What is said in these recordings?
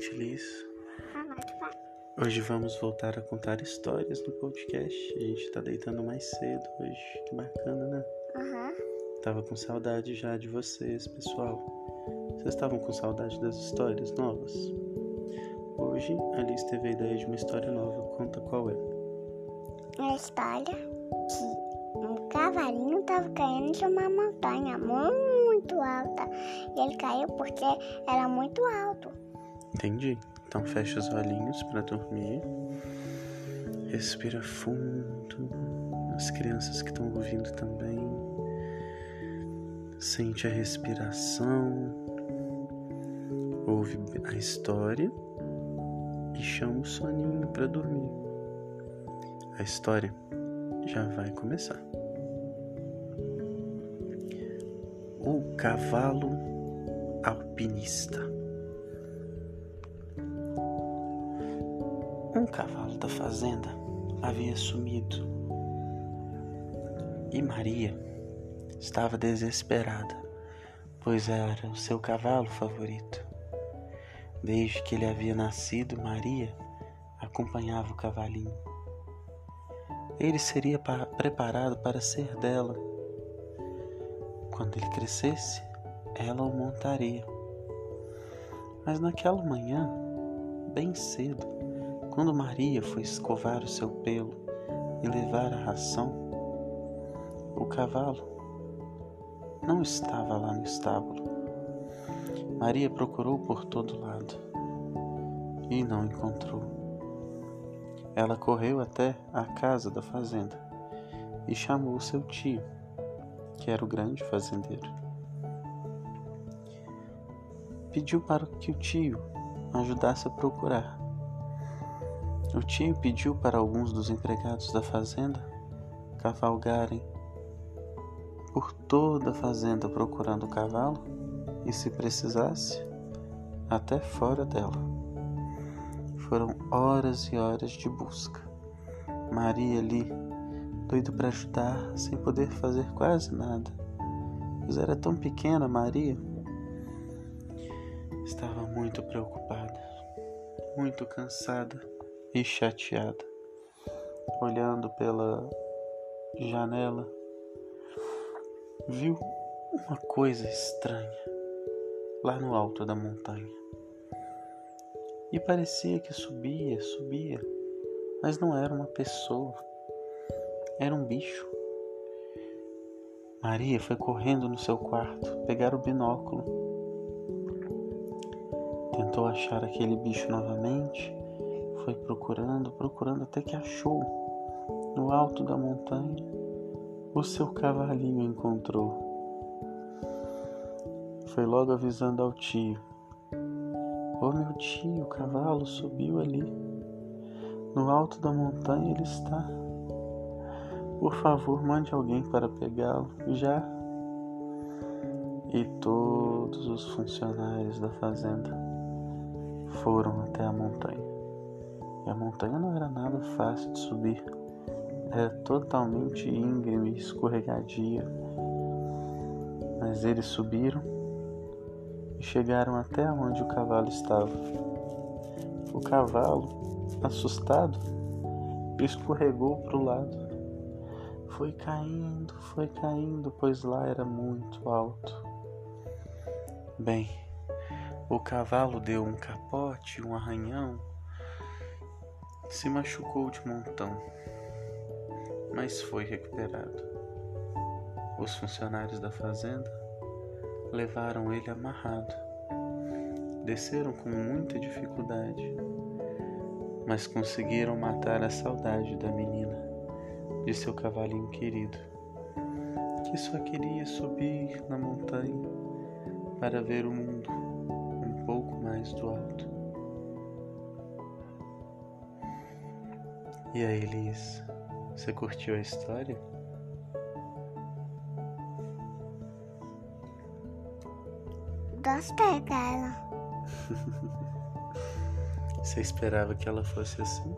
noite, Liz. Boa noite, pai. Hoje vamos voltar a contar histórias no podcast. A gente tá deitando mais cedo hoje. Que bacana, né? Tava com saudade já de vocês, pessoal. Vocês estavam com saudade das histórias novas? Hoje a Liz teve a ideia de uma história nova. Conta qual é. A história que um cavalinho estava caindo de uma montanha muito alta. E ele caiu porque era muito alto. Entendi. Então fecha os olhinhos para dormir. Respira fundo. As crianças que estão ouvindo também. Sente a respiração. Ouve a história. E chama o soninho para dormir. A história já vai começar. O cavalo alpinista. Um cavalo da fazenda havia sumido e Maria estava desesperada, pois era o seu cavalo favorito. Desde que ele havia nascido, Maria acompanhava o cavalinho. Ele seria preparado para ser dela. Quando ele crescesse, ela o montaria. Mas naquela manhã, bem cedo, quando Maria foi escovar o seu pelo e levar a ração, o cavalo não estava lá no estábulo. Maria procurou por todo lado e não encontrou. Ela correu até a casa da fazenda e chamou seu tio, que era o grande fazendeiro. Pediu para que o tio ajudasse a procurar. O tio pediu para alguns dos empregados da fazenda cavalgarem por toda a fazenda procurando o cavalo e, se precisasse, até fora dela. Foram horas e horas de busca. Maria ali, doida para ajudar, sem poder fazer quase nada, pois era tão pequena. Maria estava muito preocupada, muito cansada e chateada. Olhando pela janela, viu uma coisa estranha lá no alto da montanha. E parecia que subia, mas não era uma pessoa, era um bicho. Maria foi correndo no seu quarto pegar o binóculo. Tentou achar aquele bicho novamente, foi procurando até que achou, no alto da montanha, o seu cavalinho encontrou. Foi logo avisando ao tio: "Ô meu tio, o cavalo subiu ali. No alto da montanha ele está. Por favor, mande alguém para pegá-lo, já." E todos os funcionários da fazenda foram até a montanha. E a montanha não era nada fácil de subir. Era totalmente íngreme e escorregadia. Mas eles subiram e chegaram até onde o cavalo estava. O cavalo, assustado, escorregou para o lado. Foi caindo, pois lá era muito alto. Bem, o cavalo deu um capote, um arranhão, se machucou de montão, mas foi recuperado. Os funcionários da fazenda levaram ele amarrado. Desceram com muita dificuldade, mas conseguiram matar a saudade da menina, de seu cavalinho querido, que só queria subir na montanha para ver o mundo um pouco mais do alto. E aí, Liz, você curtiu a história? Gostei dela. Você esperava que ela fosse assim?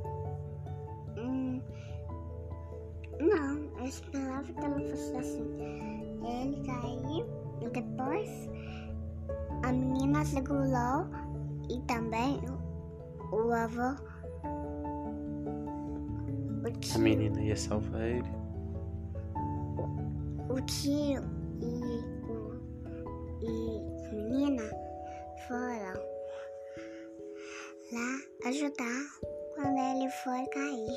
Não, eu esperava que ela fosse assim. Ele caiu e depois a menina segurou E também o avô. A menina ia salvar ele. O tio e a menina foram lá ajudar quando ele foi cair.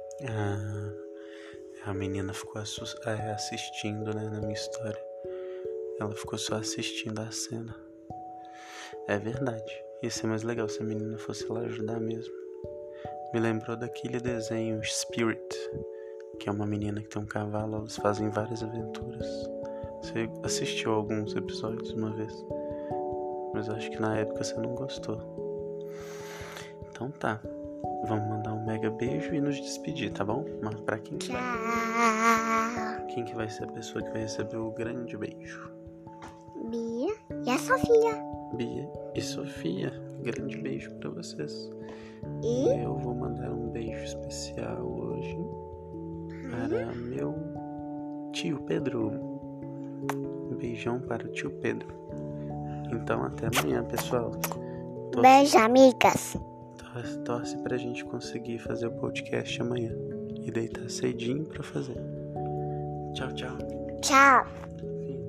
A menina ficou assistindo, né, na minha história. Ela ficou só assistindo a cena. É verdade. Ia ser mais legal se a menina fosse lá ajudar mesmo. Me lembrou daquele desenho Spirit, que é uma menina que tem um cavalo. Eles fazem várias aventuras. Você assistiu alguns episódios uma vez, mas acho que na época você não gostou. Então tá. Vamos mandar um mega beijo e nos despedir, tá bom? Mas pra quem que vai? Quem que vai ser a pessoa que vai receber o grande beijo? Bia e a Sofia. Bia e Sofia. Grande beijo pra vocês. E eu vou mandar um beijo especial hoje para meu tio Pedro. Um beijão para o tio Pedro. Então até amanhã, pessoal. Beijo, amigas. Torce pra gente conseguir fazer o podcast amanhã e deitar cedinho pra fazer. Tchau, tchau. Tchau.